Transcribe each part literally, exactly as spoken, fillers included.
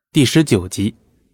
第十九集。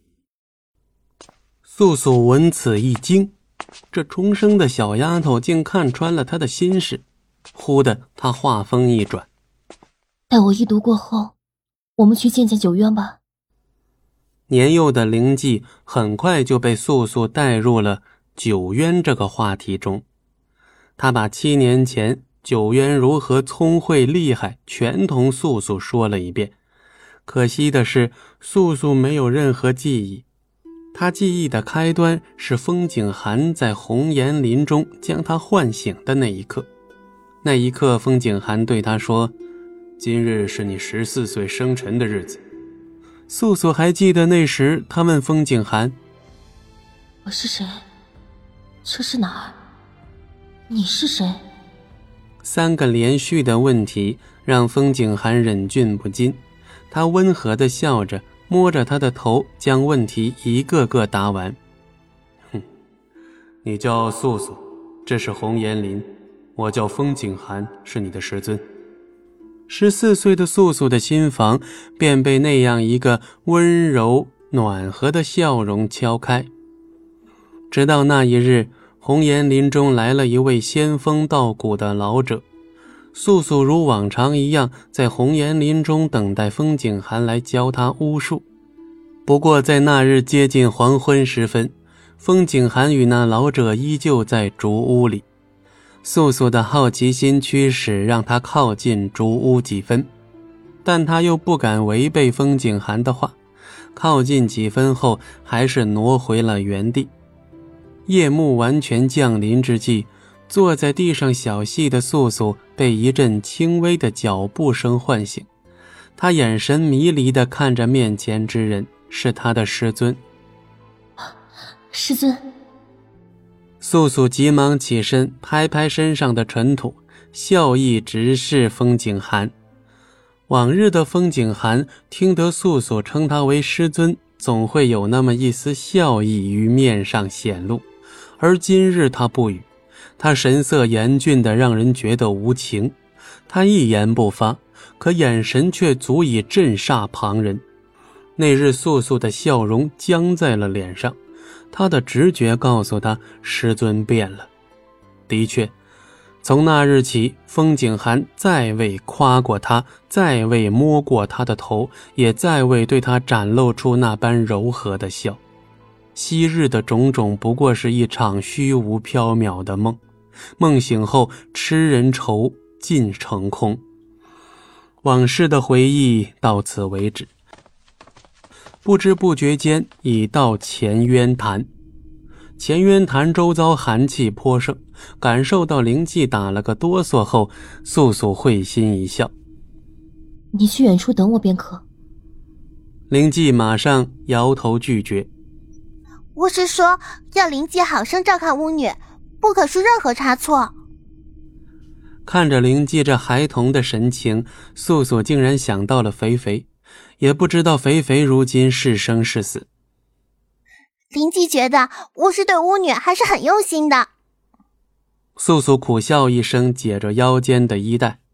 素素闻此一惊，这重生的小丫头竟看穿了她的心事。忽的，她话锋一转：“ 待我一读过后，我们去见见九渊吧。” 年幼的灵寂很快就被素素带入了九渊这个话题中。她把七年前九渊如何聪慧厉害全同素素说了一遍。可惜的是，素素没有任何记忆。她记忆的开端是风景寒在红岩林中将她唤醒的那一刻。那一刻，风景寒对她说：“今日是你十四岁生辰的日子。”素素还记得那时，她问风景寒：“ 我是谁？这是哪儿？你是谁？” 三个连续的问题让风景寒忍俊不禁。他温和地笑着，摸着他的头，将问题一个个答完。哼，你叫素素，这是红岩林，我叫风景寒，是你的师尊。十四岁的素素的心房便被那样一个温柔暖和的笑容敲开。直到那一日，红岩林中来了一位仙风道骨的老者。素素如往常一样在红岩林中等待风景寒来教她巫术。不过在那日接近黄昏时分，风景寒与那老者依旧在竹屋里。素素的好奇心驱使让她靠近竹屋几分，但她又不敢违背风景寒的话，靠近几分后还是挪回了原地。夜幕完全降临之际，坐在地上小憩的素素被一阵轻微的脚步声唤醒。她眼神迷离地看着面前之人，是她的师尊。 师尊。 素素急忙起身，拍拍身上的尘土，笑意直视风景寒。往日的风景寒听得素素称他为师尊，总会有那么一丝笑意于面上显露，而今日他不语。他神色严峻的让人觉得无情，他一言不发，可眼神却足以震煞旁人。那日素素的笑容僵在了脸上，他的直觉告诉他师尊变了。的确，从那日起，风景寒再未夸过他，再未摸过他的头，也再未对他展露出那般柔和的笑。昔日的种种不过是一场虚无缥缈的梦，梦醒后痴人愁尽成空。往事的回忆到此为止，不知不觉间已到乾渊潭。乾渊潭周遭寒气颇盛，感受到灵气打了个哆嗦后，素素会心一笑：“ 你去远处等我便可。” 灵气马上摇头拒绝：“ 巫师说要灵气好生照看巫女，不可出任何差错。” 看着灵气这孩童的神情，素素竟然想到了肥肥，也不知道肥肥如今是生是死。 灵气觉得巫师对巫女还是很用心的。 素素苦笑一声，解着腰间的衣带：“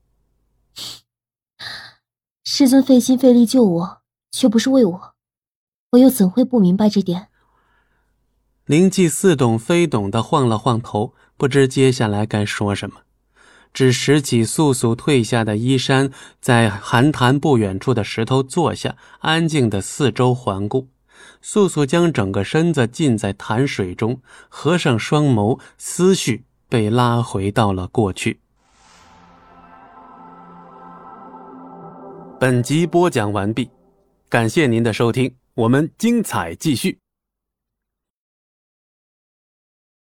师尊费心费力救我，却不是为我，我又怎会不明白这点？” 灵气似懂非懂地晃了晃头，不知接下来该说什么，只拾起素素褪下的衣衫，在寒潭不远处的石头坐下，安静地四周环顾。素素将整个身子浸在潭水中，合上双眸，思绪被拉回到了过去。本集播讲完毕，感谢您的收听，我们精彩继续。